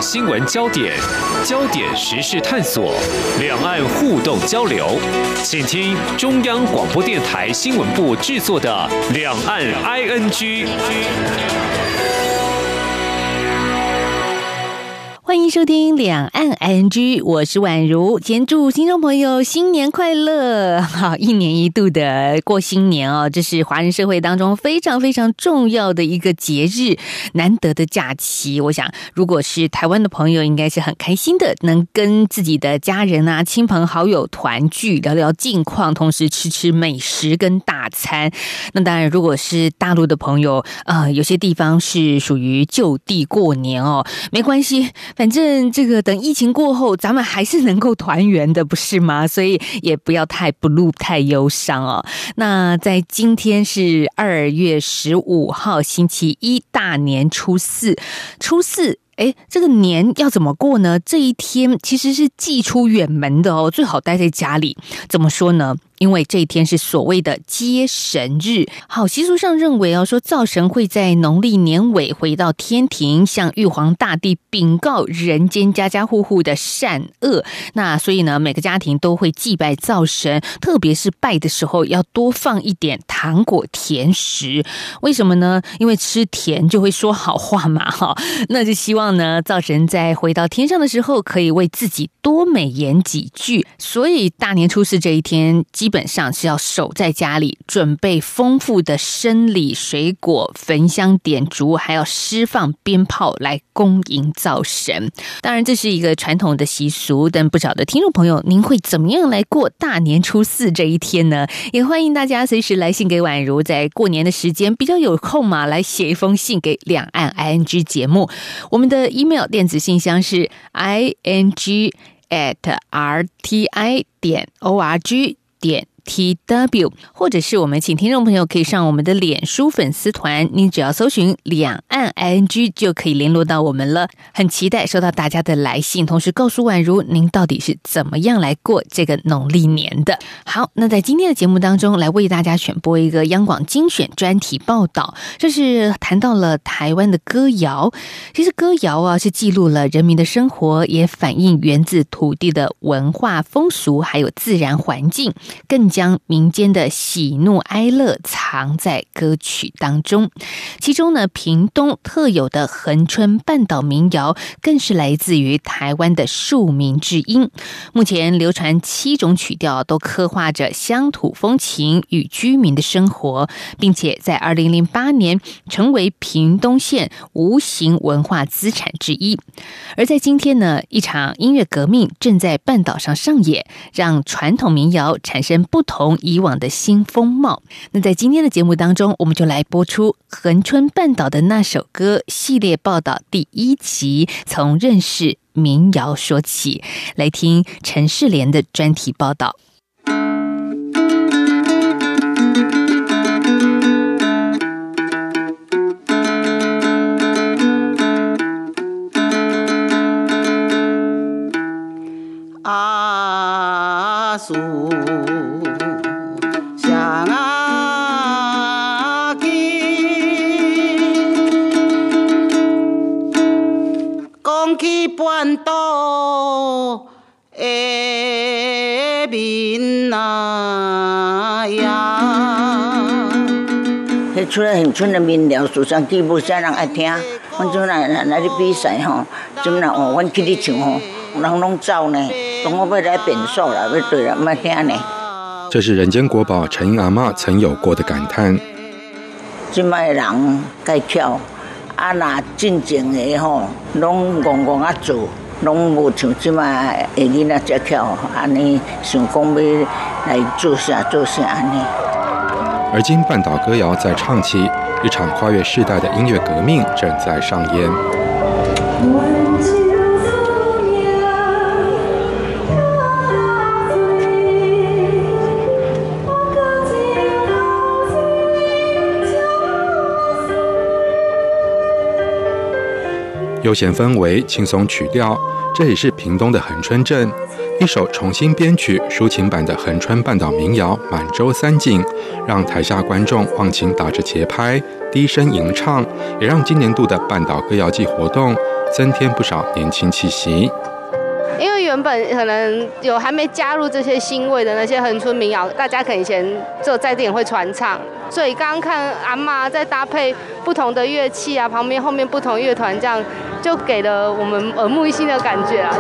新闻焦点，焦点时事探索，两岸互动交流。请听中央广播电台新闻部制作的《两岸 ING》。 欢迎收听两岸 ING， 我是婉如。先祝听众朋友新年快乐！好，一年一度的过新年哦，这是华人社会当中非常非常重要的一个节日，难得的假期。我想，如果是台湾的朋友，应该是很开心的，能跟自己的家人啊、亲朋好友团聚，聊聊近况，同时吃吃美食跟大餐。那当然，如果是大陆的朋友，有些地方是属于就地过年哦，没关系。反正这个等疫情过后，咱们还是能够团圆的，不是吗？所以也不要太 blue 太忧伤哦。那在今天是2月15号星期一，大年初四，这个年要怎么过呢？这一天其实是祭出远门的哦，最好待在家里。怎么说呢？因为这一天是所谓的接神日。好，习俗上认为说灶神会在农历年尾回到天庭，向玉皇大帝禀告人间家家户户的善恶。那所以呢，每个家庭都会祭拜灶神，特别是拜的时候要多放一点糖果甜食。为什么呢？因为吃甜就会说好话嘛，那就希望呢，灶神在回到天上的时候，可以为自己多美言几句。所以大年初四这一天，基本上是要守在家里，准备丰富的生理水果，焚香点烛，还要施放鞭炮来恭迎灶神。当然这是一个传统的习俗，但不少的听众朋友，您会怎么样来过大年初四这一天呢？也欢迎大家随时来信给婉如，在过年的时间比较有空嘛，来写一封信给两岸 ING 节目。我们的 email 电子信箱是 ing@rti.org.tw， 或者是我们请听众朋友可以上我们的脸书粉丝团，您只要搜寻两岸 ING 就可以联络到我们了。很期待收到大家的来信，同时告诉婉如您到底是怎么样来过这个农历年的。好，那在今天的节目当中，来为大家选播一个央广精选专题报道，这是谈到了台湾的歌谣。其实歌谣啊，是记录了人民的生活，也反映源自土地的文化风俗，还有自然环境，更将民间的喜怒哀乐藏在歌曲当中。其中呢，屏东特有的恒春半岛民谣更是来自于台湾的庶民之音。目前流传7种曲调，都刻画着乡土风情与居民的生活，并且在2008年成为屏东县无形文化资产之一。而在今天呢，一场音乐革命正在半岛上上演，让传统民谣产生不同以往的新风貌。那在今天的节目当中，我们就来播出恒春半岛的那首歌系列报道第1集，从认识民谣说起，来听陈世莲的专题报道。 阿苏想啊去，讲起半岛的民啊呀， 迄出来恒春的民谣，事实上基本上人爱听。阮阵来咧比赛吼，阵人哦，阮去咧唱吼，人拢走呢。总我要来变数啦，要对人要听呢。 这是人间国宝陈英阿嬷曾有过的感叹。 即摆人介巧，若进前的吼，拢戆戆啊做，拢无像即摆的囡仔遮巧，安尼想讲要来做啥安尼。 而今半岛歌谣在唱起，一场跨越世代的音乐革命正在上演。悠闲氛围，轻松曲调，这里是屏东的恒春镇。一首重新编曲抒情版的恒春半岛民谣《满洲三景》，让台下观众忘情打着节拍低声吟唱，也让今年度的半岛歌谣季活动增添不少年轻气息。 因为原本可能有还没加入这些新味的那些恒春民谣，大家可能以前只有在地人会传唱，所以刚刚看阿嬷在搭配不同的乐器啊，旁边后面不同乐团，这样就给了我们耳目一新的感觉啊。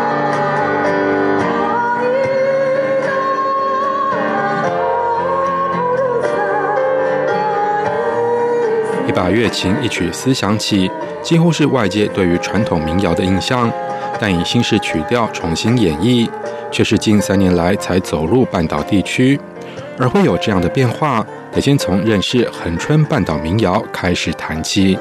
一把乐琴，一曲思想起，几乎是外界对于传统民谣的印象，但以新式曲调重新演绎，却是近3年来才走入半岛地区。而会有这样的变化，得先从认识恒春半岛民谣开始谈起。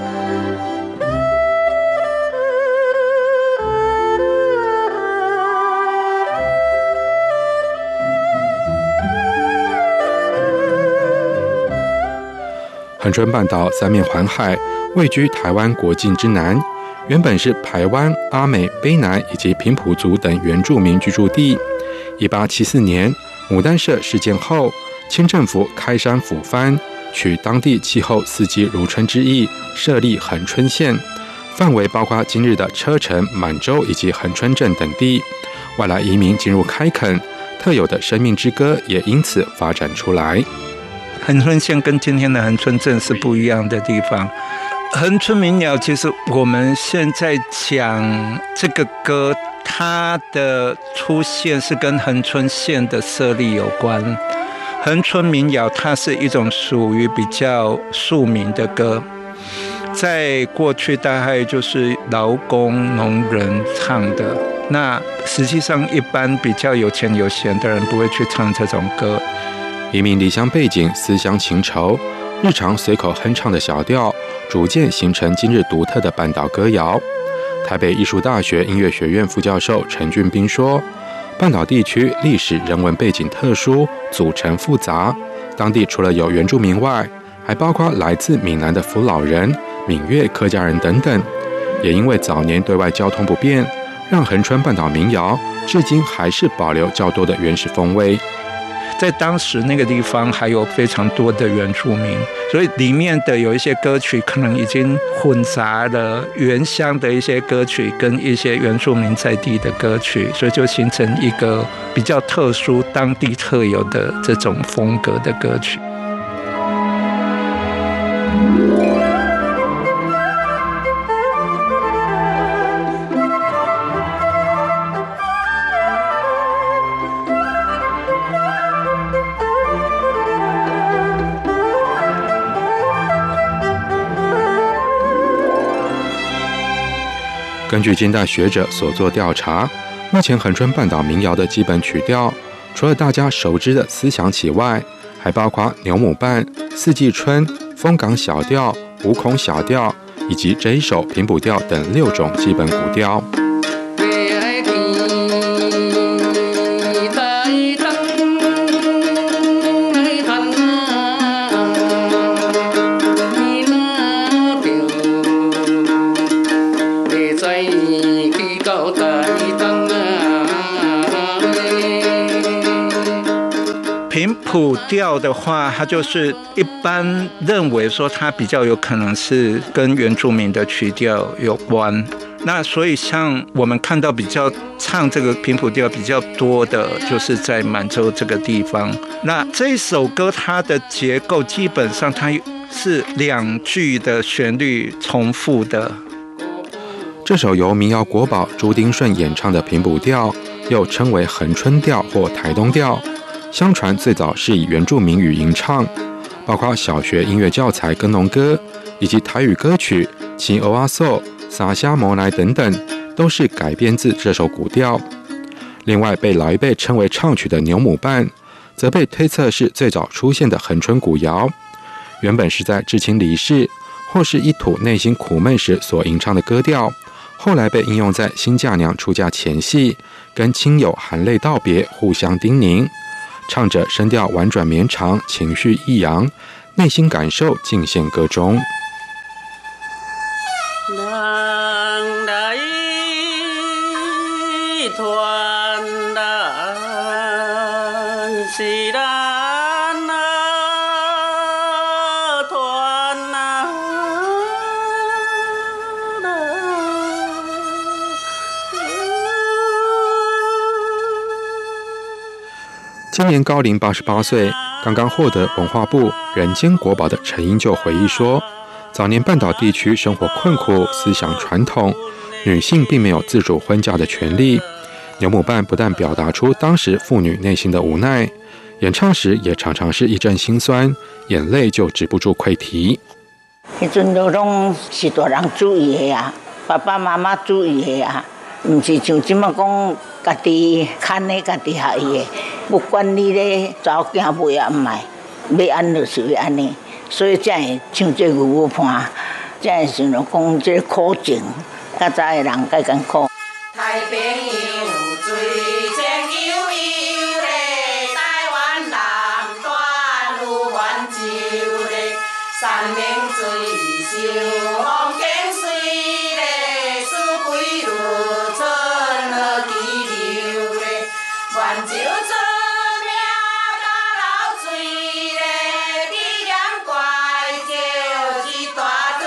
恒春半岛三面环海，位居台湾国境之南，原本是排湾、阿美、卑南以及平埔族等原住民居住地。1874年牡丹社事件后，清政府开山抚番，取当地气候四季如春之意，设立恒春县，范围包括今日的车城、满洲以及恒春镇等地。外来移民进入开垦，特有的生命之歌也因此发展出来。 恒春县跟今天的恒春镇是不一样的地方。恒春民谣其实我们现在讲这个歌，它的出现是跟恒春县的设立有关。恒春民谣它是一种属于比较庶民的歌，在过去大概就是劳工农人唱的，那实际上一般比较有钱有闲的人不会去唱这种歌。 移民离乡背景，思乡情仇，日常随口哼唱的小调，逐渐形成今日独特的半岛歌谣。台北艺术大学音乐学院副教授陈俊斌说，半岛地区历史人文背景特殊，组成复杂，当地除了有原住民外，还包括来自闽南的福老人、闽粤客家人等等。也因为早年对外交通不便，让恒春半岛民谣至今还是保留较多的原始风味。 在当时那个地方还有非常多的原住民，所以里面的有一些歌曲可能已经混杂了原乡的一些歌曲跟一些原住民在地的歌曲，所以就形成一个比较特殊当地特有的这种风格的歌曲。 根据金大学者所做调查，目前恒春半岛民谣的基本曲调，除了大家熟知的思想起外，还包括牛母伴、四季春、丰港小调、五孔小调，以及这一首平埔调等6种基本古调。 平埔调的话，它就是一般认为说它比较有可能是跟原住民的曲调有关。那所以像我们看到比较唱这个平埔调比较多的，就是在满洲这个地方。那这一首歌它的结构基本上它是2句的旋律重复的。 这首由民谣国宝朱丁顺演唱的平埔调，又称为恒春调或台东调。相传最早是以原住民语吟唱，包括小学音乐教材跟农歌，以及台语歌曲《青蚵仔嫂》、《撒虾摩来》等等，都是改编自这首古调。另外，被老一辈称为唱曲的牛母伴，则被推测是最早出现的恒春古谣。原本是在至亲离世或是一吐内心苦闷时所吟唱的歌调，后来被应用在新嫁娘出嫁前夕，跟亲友含泪道别，互相叮咛。唱着声调婉转绵长，情绪抑扬，内心感受尽现歌中。 人来团咱是咱啊团啊今年高龄88岁，刚刚获得文化部人间国宝的陈英就回忆说，早年半岛地区生活困苦，思想传统，女性并没有自主婚嫁的权利。牛母伴不但表达出当时妇女内心的无奈，演唱时也常常是一阵心酸，眼泪就止不住溃堤。 迄阵都拢是大人注意的啊，爸爸妈妈注意的啊，唔是像即马讲家己看的，家己下伊的，不管你咧查某囝买啊唔买，要安就是要安尼，所以才会唱这牛母伴，才会想到讲这苦情，较早的人介艰苦。太平洋水前悠悠咧，台湾南端有环州咧，山明水秀风景水咧，四季如春好奇流咧，环州出名甲流水咧，纪念怪叫一大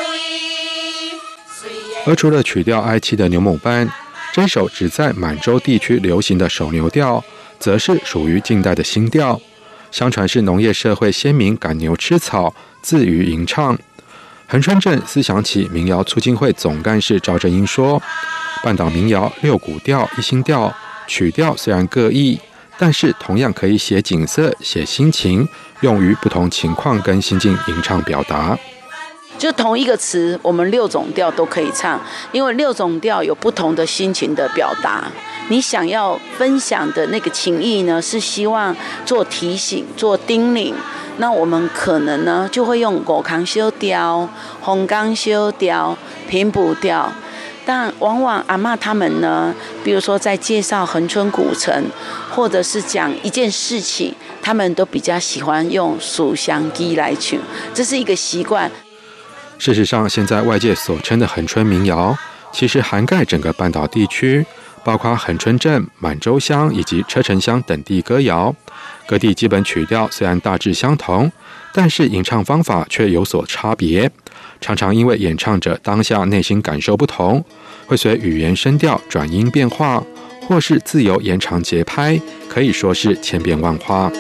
堆。而除了曲调哀凄的牛母伴，这首只在满洲地区流行的手牛调，则是属于近代的新调。相传是农业社会先民赶牛吃草，自娱吟唱。恒春镇思想起民谣促进会总干事赵正英说，半岛民谣6古调1新调，曲调虽然各异，但是同样可以写景色、写心情，用于不同情况跟心境吟唱表达。 就同一个词，我们6种调都可以唱，因为6种调有不同的心情的表达。你想要分享的那个情意呢，是希望做提醒、做叮咛。那我们可能呢，就会用五康小调、红冈小调、平埔调。但往往阿嬷他们呢，比如说在介绍恒春古城，或者是讲一件事情，他们都比较喜欢用属相机来唱，这是一个习惯。 事实上，现在外界所称的恒春民谣，其实涵盖整个半岛地区，包括恒春镇、满洲乡以及车城乡等地歌谣。各地基本曲调虽然大致相同，但是吟唱方法却有所差别，常常因为演唱者当下内心感受不同，会随语言声调转音变化，或是自由延长节拍，可以说是千变万化。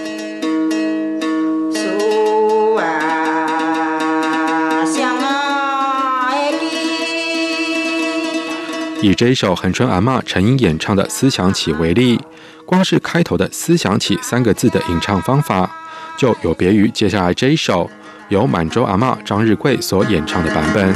以这一首恒春阿嬷陈英演唱的《思想起》为例，光是开头的“思想起”3个字的吟唱方法，就有别于接下来这一首由满洲阿嬷张日贵所演唱的版本。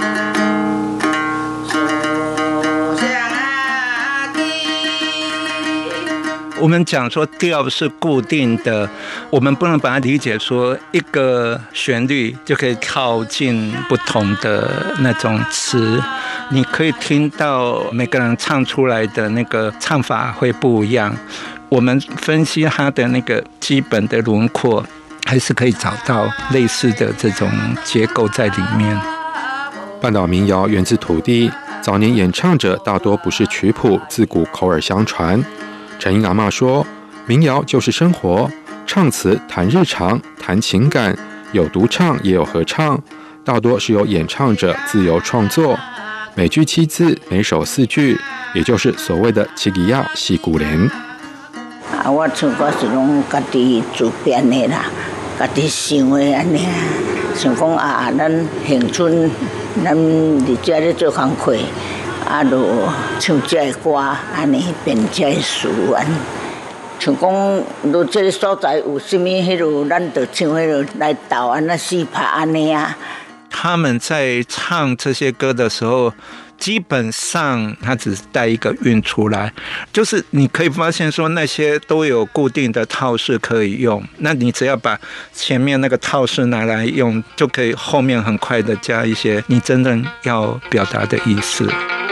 我们讲说调是固定的，我们不能把它理解说一个旋律就可以靠近不同的那种词，你可以听到每个人唱出来的那个唱法会不一样。我们分析它的那个基本的轮廓，还是可以找到类似的这种结构在里面。 半岛民谣源自土地，早年演唱者大多不是曲谱，自古口耳相传。陈英阿嬷说，民谣就是生活，唱词谈日常，谈情感，有独唱也有合唱，大多是由演唱者自由创作，每句7字，每首4句，也就是所谓的七字仔四句联。 我唱歌是拢家己自编的啦，家己想的安尼，想讲咱恒春，咱伫遮咧做工课。就唱这个歌，安尼编这个词安，像讲，如这个所在有什么迄落，咱就唱迄落来斗安那四拍安尼啊。 他们在唱这些歌的时候，基本上他只是带一个韵出来，就是你可以发现说那些都有固定的套式可以用，那你只要把前面那个套式拿来用，就可以后面很快的加一些你真正要表达的意思。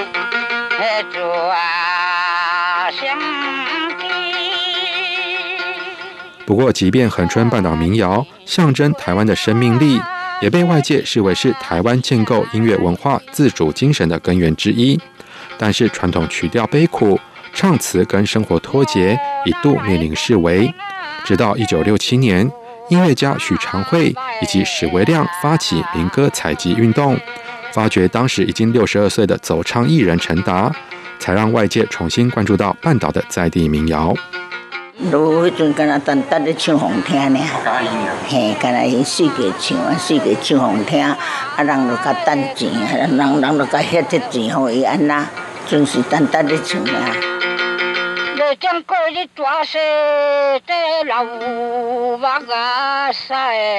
不过，即便恒春半岛民谣象征台湾的生命力，也被外界视为是台湾建构音乐文化自主精神的根源之一。但是，传统曲调悲苦，唱词跟生活脱节，一度面临式微。直到1967年，音乐家许长惠以及史维亮发起民歌采集运动，发掘当时已经62岁的走唱艺人陈达，才让外界重新关注到半岛的在地民谣。 落迄阵敢若等咧唱风听尔，嘿，敢若伊四界唱啊，四界唱风听，啊人就甲等钱，人就甲遐这钱互伊安那，准是等咧唱啊。要将过日大细，这老目啊晒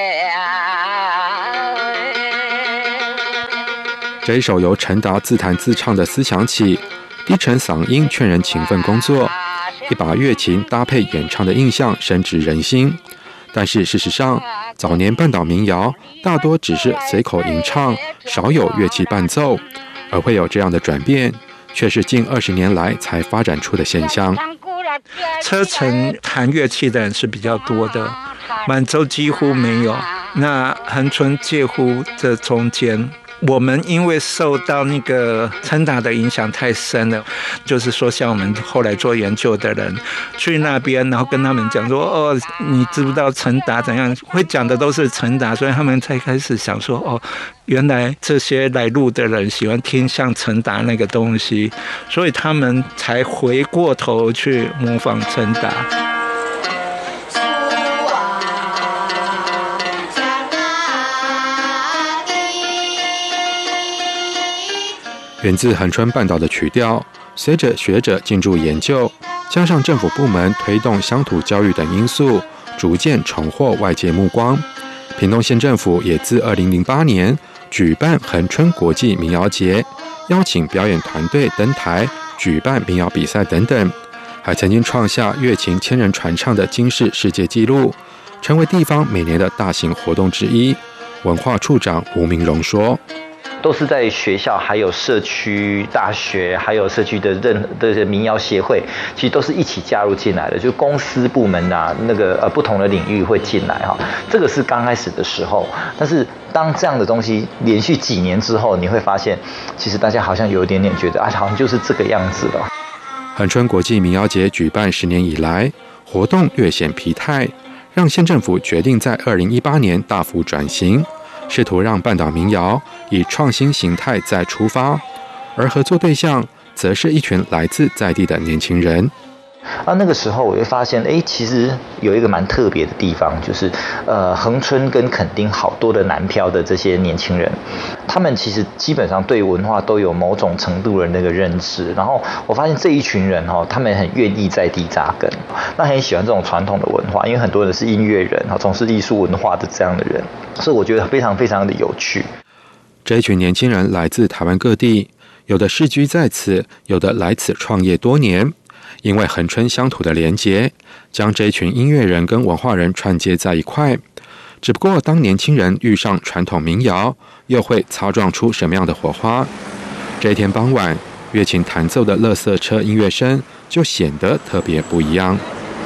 啊。 这一首由陈达自弹自唱的思想起，低沉嗓音劝人勤奋工作，一把乐琴搭配演唱的印象深植人心。但是事实上，早年半岛民谣大多只是随口吟唱，少有乐器伴奏，而会有这样的转变，却是近20年来才发展出的现象。 车城弹乐器的人是比较多的，满洲几乎没有。那恒春介乎这中间。我们因为受到那个陈达的影响太深了，就是说像我们后来做研究的人去那边，然后跟他们讲说，哦，你知不知道陈达怎样？会讲的都是陈达，所以他们才开始想说，哦，原来这些来路的人喜欢听像陈达那个东西，所以他们才回过头去模仿陈达。 源自恒春半岛的曲调，随着学者进驻研究，加上政府部门推动乡土教育等因素，逐渐重获外界目光。屏东县政府也自2008年举办恒春国际民谣节，邀请表演团队登台举办民谣比赛等等，还曾经创下乐琴1000人传唱的金氏世界纪录，成为地方每年的大型活动之一。文化处长吴明荣说， 都是在学校、还有社区大学、还有社区的民谣协会，其实都是一起加入进来的。就公司部门啊，不同的领域会进来哈。这个是刚开始的时候，但是当这样的东西连续几年之后，你会发现，其实大家好像有一点点觉得啊，好像就是这个样子了。 恒春国际民谣节举办10年以来，活动略显疲态，让县政府决定在2018年大幅转型。试图让半岛民谣以创新形态再出发，而合作对象则是一群来自在地的年轻人。 那个时候我就发现，其实有一个蛮特别的地方，就是恒春跟垦丁好多的南漂的这些年轻人，他们其实基本上对文化都有某种程度的那个认知。然后我发现这一群人他们很愿意在地扎根，那很喜欢这种传统的文化，因为很多人是音乐人，从事艺术文化的这样的人，所以我觉得非常非常的有趣。 这一群年轻人来自台湾各地，有的世居在此，有的来此创业多年。因为恒春乡土的连结，将这一群音乐人跟文化人串接在一块。只不过，当年轻人遇上传统民谣，又会擦撞出什么样的火花？这一天傍晚，乐琴弹奏的垃圾车音乐声就显得特别不一样。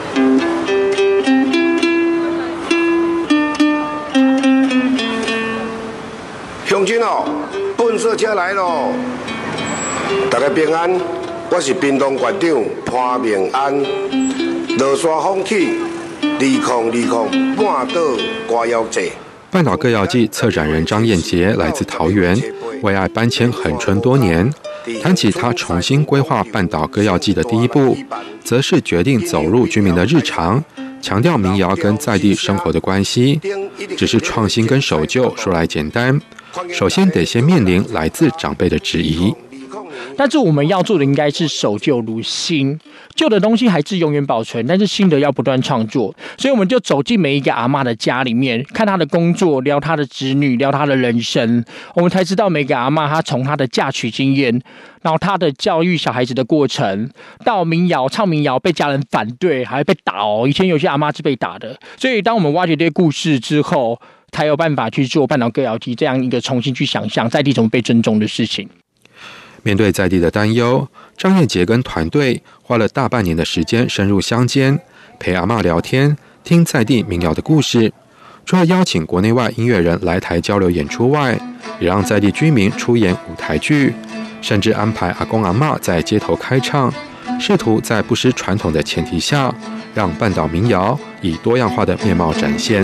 乡亲粪扫车来咯！大家平安。我是屏东县长潘明安，落山风起，2020半岛歌谣节。 半岛歌谣季策展人张燕杰来自桃园，为爱搬迁恒春多年。谈起他重新规划半岛歌谣季的第一步，则是决定走入居民的日常，强调民谣跟在地生活的关系。只是创新跟守旧说来简单，首先得先面临来自长辈的质疑。 但是我们要做的应该是守旧如新，旧的东西还是永远保存，但是新的要不断创作。所以我们就走进每一个阿嬷的家里面，看她的工作，聊她的子女，聊她的人生，我们才知道每个阿嬷她从她的嫁娶经验，然后她的教育小孩子的过程，到民谣唱民谣被家人反对，还被打以前有些阿嬷是被打的。所以当我们挖掘这些故事之后，才有办法去做半岛歌谣季这样一个重新去想象在地怎么被尊重的事情。 面对在地的担忧，张燕杰跟团队花了大半年的时间深入乡间，陪阿嬷聊天，听在地民谣的故事。除了邀请国内外音乐人来台交流演出外，也让在地居民出演舞台剧，甚至安排阿公阿嬷在街头开唱，试图在不失传统的前提下，让半岛民谣以多样化的面貌展现。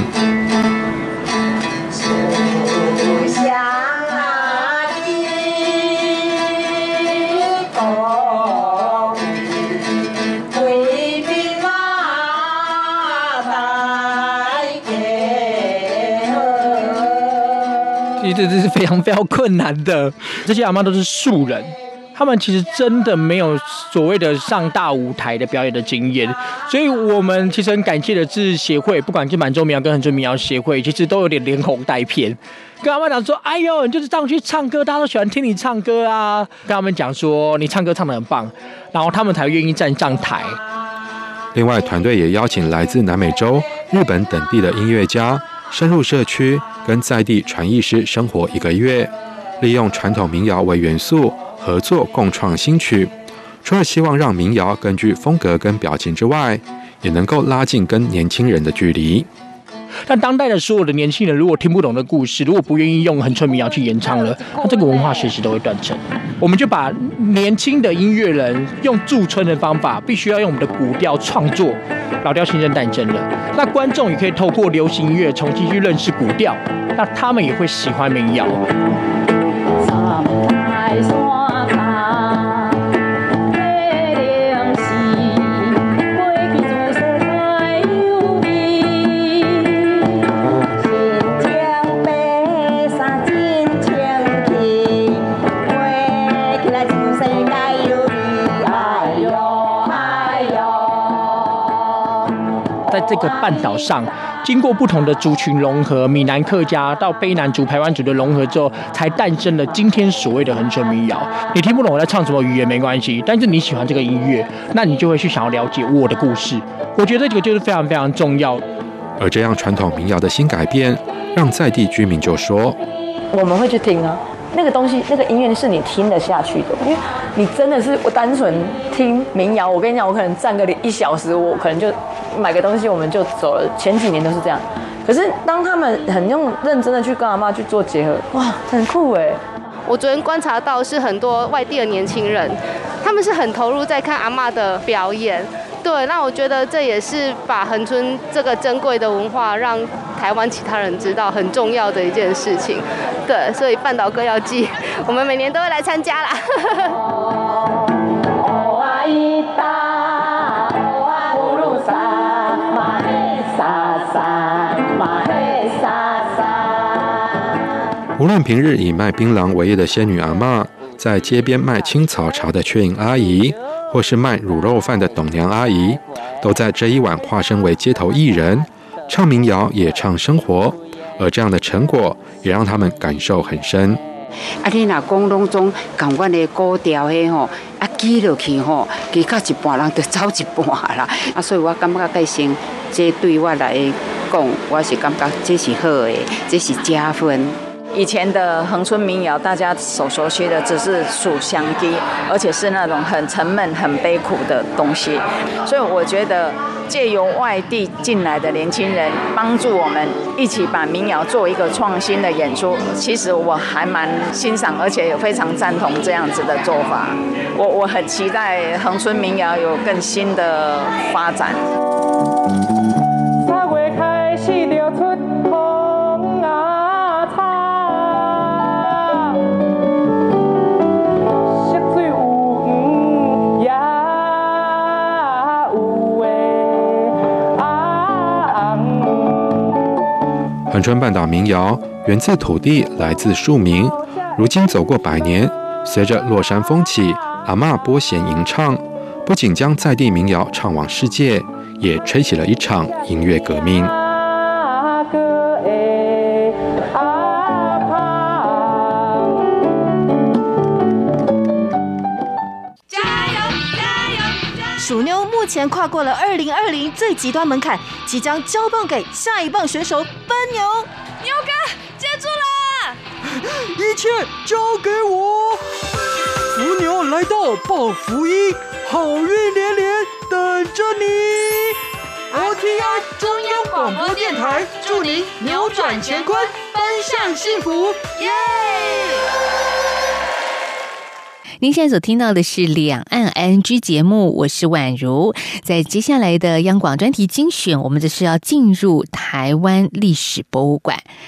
其实这是非常非常困难的。这些阿嬷都是素人，他们其实真的没有所谓的上大舞台的表演的经验，所以我们其实很感谢的是协会，不管是满洲民谣跟恒春民谣协会，其实都有点连哄带骗，跟他们讲说，哎呦，你就是上去唱歌，大家都喜欢听你唱歌啊，跟他们讲说你唱歌唱得很棒，然后他们才愿意站上台。 另外，团队也邀请来自南美洲、日本等地的音乐家深入社区，跟在地传艺师生活1个月，利用传统民谣为元素，合作共创新曲。除了希望让民谣更具风格跟表情之外，也能够拉近跟年轻人的距离。 但当代的所有的年轻人，如果听不懂的故事，如果不愿意用恒春民谣去演唱了，那这个文化随时都会断层。我们就把年轻的音乐人用驻村的方法，必须要用我们的古调创作，老调新生诞生了。那观众也可以透过流行音乐重新去认识古调，那他们也会喜欢民谣。在这个半岛上，经过不同的族群融合，闽南客家到卑南族、排湾族的融合之后，才诞生了今天所谓的恒春民谣。你听不懂我在唱什么语言没关系，但是你喜欢这个音乐，那你就会去想要了解我的故事。我觉得这个就是非常非常重要。 而这样传统民谣的新改变，让在地居民就说： 我们会去听啊。那个东西，那个音乐是你听得下去的，因为你真的是我单纯听民谣，我跟你讲，我可能站个1小时，我可能就买个东西，我们就走了。前几年都是这样，可是当他们很认真的去跟阿嬷去做结合，哇，很酷哎！ 我昨天观察到是很多外地的年轻人，他们是很投入在看阿嬷的表演。对，那我觉得这也是把恒春这个珍贵的文化让台湾其他人知道很重要的一件事情。对，所以半岛歌谣季我们每年都会来参加啦。 无论平日以卖槟榔为业的仙女阿嬷，在街边卖青草茶的缺影阿姨，或是卖卤肉饭的董娘阿姨，都在这一晚化身为街头艺人，唱民谣也唱生活，而这样的成果也让他们感受很深。 你若讲拢总共阮的古调的吼，记落去吼，记到一半人就走一半啦。所以我感觉介先，这对我来讲，我是感觉这是好的，这是加分。 以前的恒春民谣，大家所熟悉的只是数香鸡，而且是那种很沉闷、很悲苦的东西。所以我觉得，借由外地进来的年轻人，帮助我们一起把民谣做一个创新的演出，其实我还蛮欣赏，而且也非常赞同这样子的做法。我很期待恒春民谣有更新的发展。3月开始就出风啊草，色水有黄也有的红。 恒春半岛民谣源自土地，来自庶民，如今走过100年，随着落山风起，阿嬷拨弦吟唱，不仅将在地民谣唱往世界，也吹起了一场音乐革命。 鼠妞目前跨过了2020最极端门槛，即将交棒给下一棒选手奔牛。 牛哥接住了， 一切交给我。福牛来到报福音，好运连连等着你。OTR 中央广播电台祝您扭转乾坤，奔向幸福，耶！ 您现在所听到的是两岸 ING 节目，我是婉如。在接下来的央广专题精选，我们这是要进入台湾历史博物馆。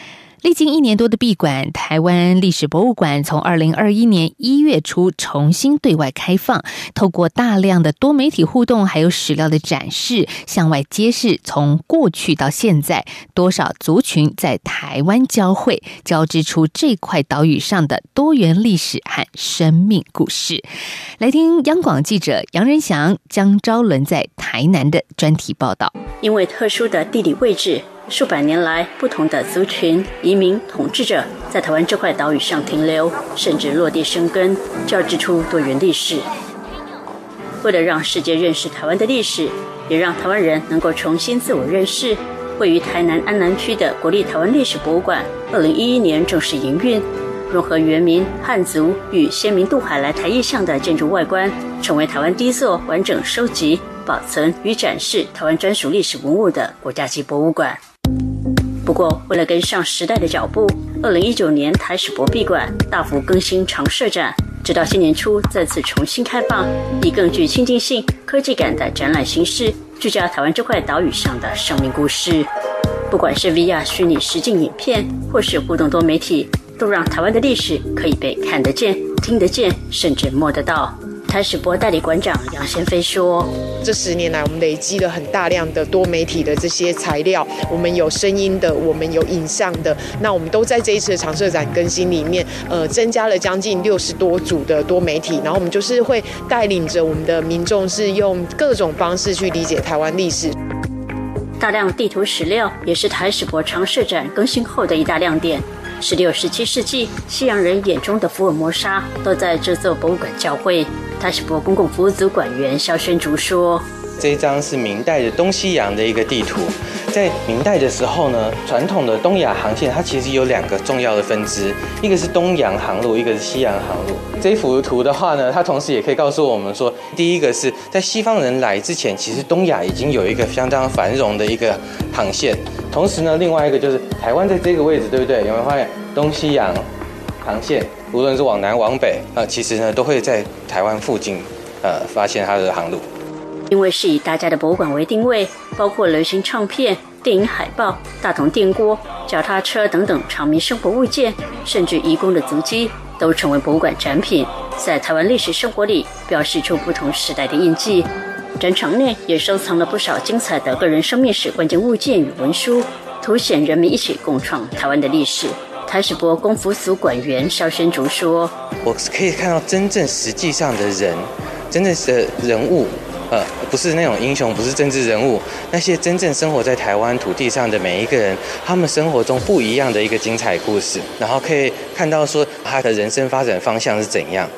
历经1年多的闭馆，台湾历史博物馆从2021年1月初重新对外开放，透过大量的多媒体互动还有史料的展示，向外揭示从过去到现在多少族群在台湾交汇，交织出这块岛屿上的多元历史和生命故事。来听央广记者杨仁祥、江昭伦在台南的专题报道。 因为特殊的地理位置，数百年来不同的族群、移民、统治者在台湾这块岛屿上停留，甚至落地生根，交织出多元历史。为了让世界认识台湾的历史，也让台湾人能够重新自我认识，位于台南安南区的国立台湾历史博物馆2011年正式营运，融合原民、汉族与先民渡海来台意象的建筑外观，成为台湾第一座完整收集、保存与展示台湾专属历史文物的国家级博物馆。不过，为了跟上时代的脚步，2019年台史博闭馆，大幅更新常设展，直到今年初再次重新开放，以更具亲近性、科技感的展览形式，聚焦台湾这块岛屿上的生命故事。不管是 VR 虚拟实境影片，或是互动多媒体，都让台湾的历史可以被看得见、听得见，甚至摸得到。台史博代理馆长杨先飞说， 这10年来我们累积了很大量的多媒体的这些材料，我们有声音的，我们有影像的，那我们都在这一次的常设展更新里面增加了将近60多组的多媒体，然后我们就是会带领着我们的民众是用各种方式去理解台湾历史。 大量地图史料也是台史博常设展更新后的一大亮点。16、17世纪西洋人眼中的福尔摩沙都在这座博物馆交汇。台史博公共服务组馆员肖宣竹说， 这一张是明代的东西洋的一个地图。在明代的时候呢，传统的东亚航线它其实有2个重要的分支，一个是东洋航路，一个是西洋航路。这一幅图的话呢，它同时也可以告诉我们说，第一个是在西方人来之前，其实东亚已经有一个相当繁荣的一个航线。同时呢，另外一个就是台湾在这个位置，对不对？有没有发现东西洋航线，无论是往南往北，其实呢都会在台湾附近发现它的航路。 因为是以大家的博物馆为定位，包括流行唱片、电影海报、大同电锅、脚踏车等等常民生活物件，甚至移工的足迹，都成为博物馆展品，在台湾历史生活里标示出不同时代的印记。展场内也收藏了不少精彩的个人生命史关键物件与文书，凸显人民一起共创台湾的历史。台史博公服组馆员肖宣竹说， 我可以看到真正实际上的人，真正的人物，不是那种英雄，不是政治人物，那些真正生活在台湾土地上的每一个人，他们生活中不一样的一个精彩故事，然后可以看到说他的人生发展方向是怎样。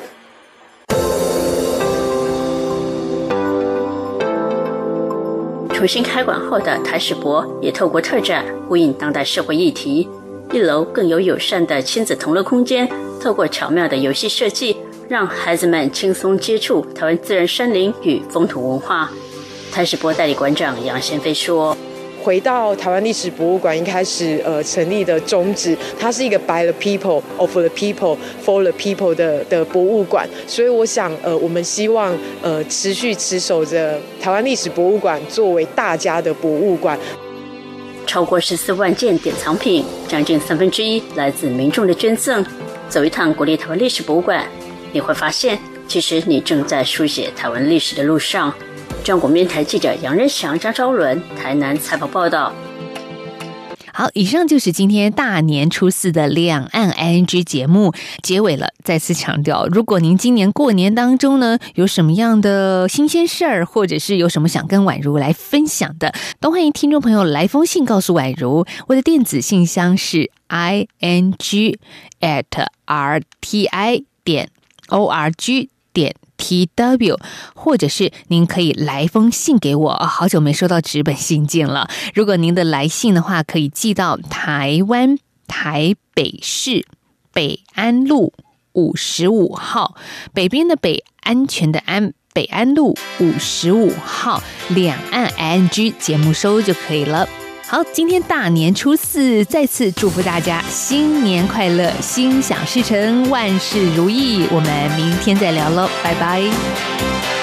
重新开馆后的台史博也透过特展呼应当代社会议题。1楼更有友善的亲子同乐空间，透过巧妙的游戏设计，让孩子们轻松接触台湾自然山林与风土文化。台史博代理馆长杨先飞说， 回到台湾历史博物馆一开始成立的宗旨，它是一个 by the people, of the people, for the people 的博物馆，所以我想我们希望持续持守着台湾历史博物馆作为大家的博物馆。 超过14万件典藏品，将近1/3来自民众的捐赠。走一趟国立台湾历史博物馆，你会发现，其实你正在书写台湾历史的路上。中央广播电台记者杨仁祥、张昭伦台南采访报道。 好，以上就是今天大年初4的两岸 ING 节目结尾了。再次强调，如果您今年过年当中呢有什么样的新鲜事儿，或者是有什么想跟婉如来分享的，都欢迎听众朋友来封信告诉婉如。我的电子信箱是 ing@rti.org.tw， 或者是您可以来封信给我。好久没收到纸本信件了。如果您的来信的话，可以寄到台湾台北市北安路55号，北边的北，安全的安，北安路55号，两岸 ING 节目收就可以了。好，今天大年初4，再次祝福大家新年快乐，心想事成，万事如意。我们明天再聊喽，拜拜。